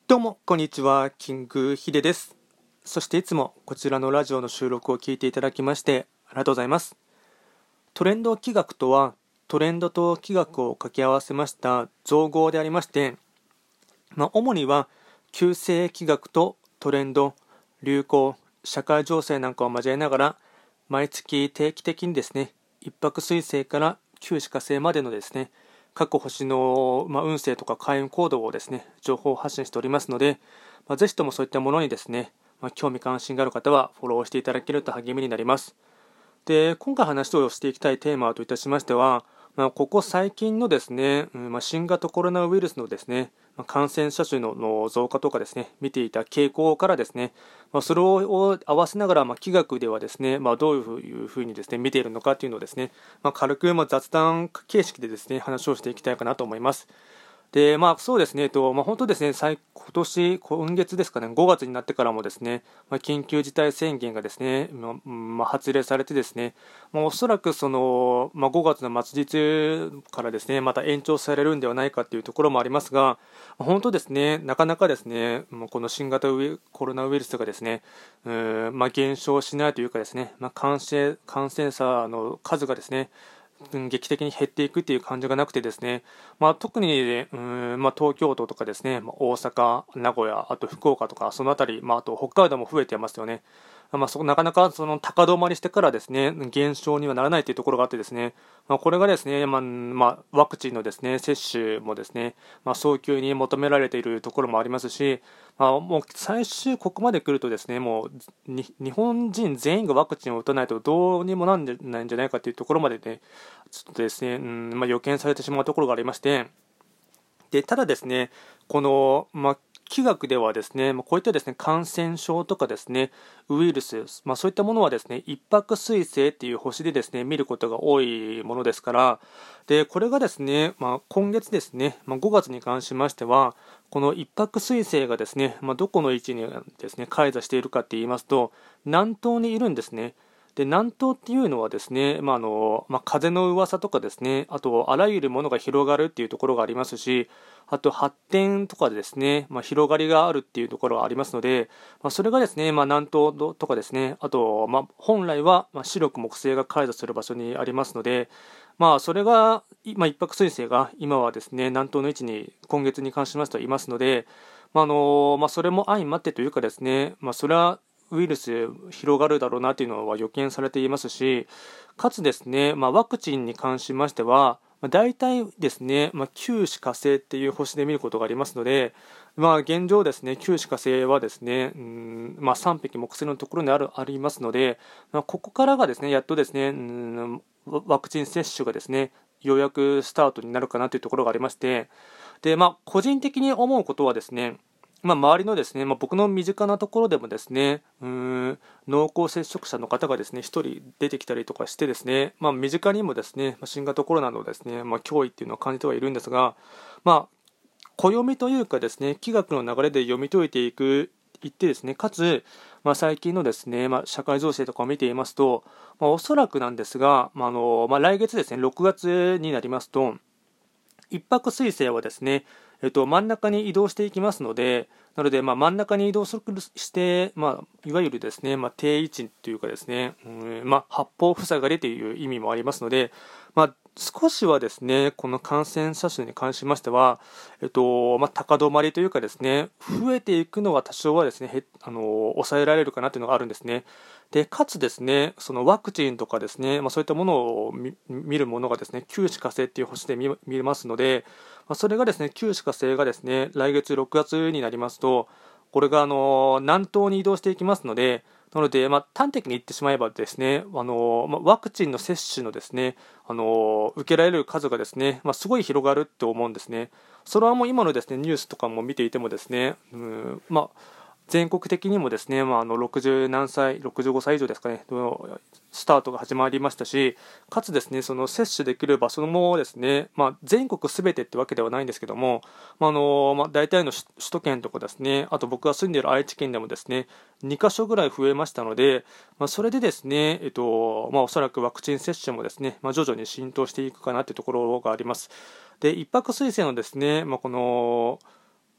どうもこんにちは、キングヒデです。そしていつもこちらのラジオの収録を聞いていただきましてありがとうございます。トレンド企画とは、トレンドと企画を掛け合わせました造語でありまして、主には旧世企画とトレンド、流行、社会情勢なんかを交えながら、毎月定期的にですね、一泊水星から旧歯科星までのですね、各星の、運勢とか開運行動をですね、情報発信しておりますので、ぜひともそういったものにですね、興味関心がある方はフォローしていただけると励みになります。で、今回話をしていきたいテーマといたしましては、ここ最近のですね、新型コロナウイルスのですね、感染者数の増加とかですね、見ていた傾向からですね、それを合わせながら、気学ではですね、どういうふうにですね、見ているのかというのをですね、軽く雑談形式でですね、話をしていきたいかなと思います。で、そうですね、本当ですね、今月ですかね、5月になってからもですね、緊急事態宣言がですね、発令されてですね、おそらくその、5月の末日からですね、また延長されるんではないかというところもありますが、本当ですね、なかなかですね、もうこの新型コロナウイルスがですね、減少しないというかですね、感染者の数がですね、劇的に減っていくっていう感じがなくてですね、特に、東京都とかですね、大阪、名古屋、あと福岡とか、そのあたり、あと北海道も増えていますよね。なかなかその高止まりしてからですね、減少にはならないというところがあってですね、これがですね、ワクチンのですね、接種もですね、早急に求められているところもありますし、もう最終ここまで来るとですね、もう日本人全員がワクチンを打たないとどうにもなんでないんじゃないかというところまでね、ちょっとですね、予見されてしまうところがありまして、でただですね、この、気学ではですね、こういったですね、感染症とかですね、ウイルス、そういったものはですね、一泊水星っていう星でですね、見ることが多いものですから、で、これがですね、今月ですね、5月に関しましては、この一泊水星がですね、どこの位置にですね、開座しているかって言いますと、南東にいるんですね。で、南東っていうのはですね、風の噂とかですね、あとあらゆるものが広がるっていうところがありますし、あと発展とかでですね、広がりがあるっていうところがありますので、それがですね、南東とかですね、あと、本来は白く木星が開座する場所にありますので、それが、一泊水星が今はですね、南東の位置に今月に関しましてはいますので、それも相まってというかですね、それはウイルス広がるだろうなというのは予見されていますし、かつですね、ワクチンに関しましては、大体ですね、旧歯科星っていう星で見ることがありますので、現状ですね、旧歯科星はですね、3匹木星のところにありますので、ここからがですね、やっとですね、ワクチン接種がですね、ようやくスタートになるかなというところがありまして、で、個人的に思うことはですね、周りのですね、僕の身近なところでもですね、濃厚接触者の方がですね、一人出てきたりとかしてですね、身近にもですね、新型コロナのですね、脅威っていうのを感じてはいるんですが、暦というかですね、気学の流れで読み解いていってですね、かつ、最近のですね、社会情勢とかを見ていますと、おそらくなんですが、来月ですね、6月になりますと、一泊水星はですね、真ん中に移動していきますので、なので、真ん中に移動して、いわゆるですね、定位置というかですね、八方塞がりという意味もありますので、少しはですね、この感染者数に関しましては、高止まりというかですね、増えていくのは多少はですね、抑えられるかなというのがあるんですね。で、かつですね、そのワクチンとかですね、そういったものを見るものがですね、旧歯科星っていう星で見れますので、それがですね、旧歯科星がですね、来月6月になりますと、これが南東に移動していきますので、なので、端的に言ってしまえばですね、ワクチンの接種のですね、受けられる数がですね、すごい広がると思うんですね。それはもう今のですね、ニュースとかも見ていてもですね、全国的にもですね、60何歳、65歳以上ですかね、スタートが始まりましたし、かつですね、その接種できる場所もですね、全国すべてってわけではないんですけども、大体の首都圏とかですね、あと僕が住んでいる愛知県でもですね、2カ所ぐらい増えましたので、それでですね、おそらくワクチン接種もですね、徐々に浸透していくかなというところがあります。で、一泊水星のですね、この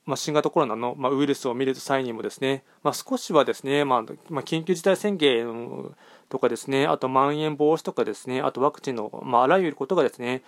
新型コロナの、ウイルスを見る際にもですね、少しはですね、緊急事態宣言とかですね、あとまん延防止とかですね、あとワクチンの、あらゆることがですね、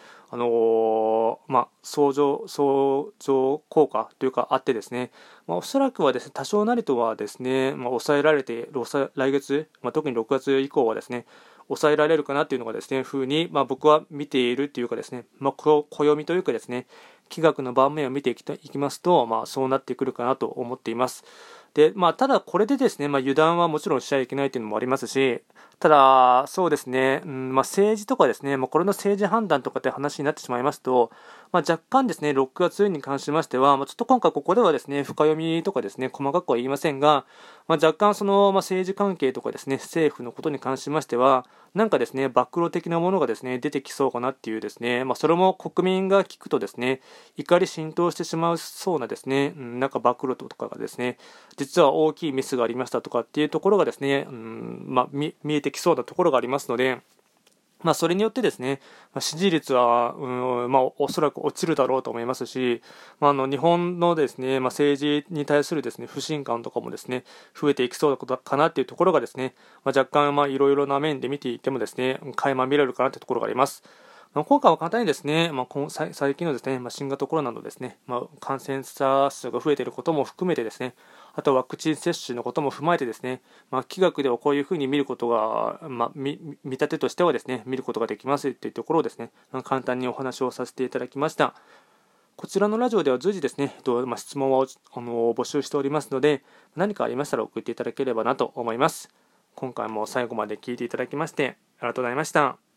相乗効果というかあってですね、おそらくはですね、多少なりとはですね、抑えられて、来月、特に6月以降はですね、抑えられるかなというのがですね、僕は見ているというかですね、暦というかですね、気学の盤面を見ていきますと、そうなってくるかなと思っています。で、ただこれでですね、油断はもちろんしちゃいけないというのもありますし、ただ、そうですね、政治とかですね、これの政治判断とかって話になってしまいますと、若干ですね、6月に関しましては、ちょっと今回ここではですね、深読みとかですね、細かくは言いませんが、若干その、政治関係とかですね、政府のことに関しましては、なんかですね、暴露的なものがですね、出てきそうかなっていうですね、それも国民が聞くとですね、怒り浸透してしまうそうなですね、なんか暴露とかがですね、実は大きいミスがありましたとかっていうところがですね、見えてきそうなところがありますので、それによってですね、支持率は、おそらく落ちるだろうと思いますし、日本のですね、政治に対するですね、不信感とかもですね、増えていきそうなことかなっていうところがですね、若干、いろいろな面で見ていてもですね、垣間見られるかなというところがあります。今回は簡単にですね、最近のですね、新型コロナのですね、感染者数が増えていることも含めてですね、あとワクチン接種のことも踏まえてですね、気学ではこういうふうに見ることが、見立てとしてはですね、見ることができますというところをですね、簡単にお話をさせていただきました。こちらのラジオでは随時ですね、質問を募集しておりますので、何かありましたら送っていただければなと思います。今回も最後まで聞いていただきまして、ありがとうございました。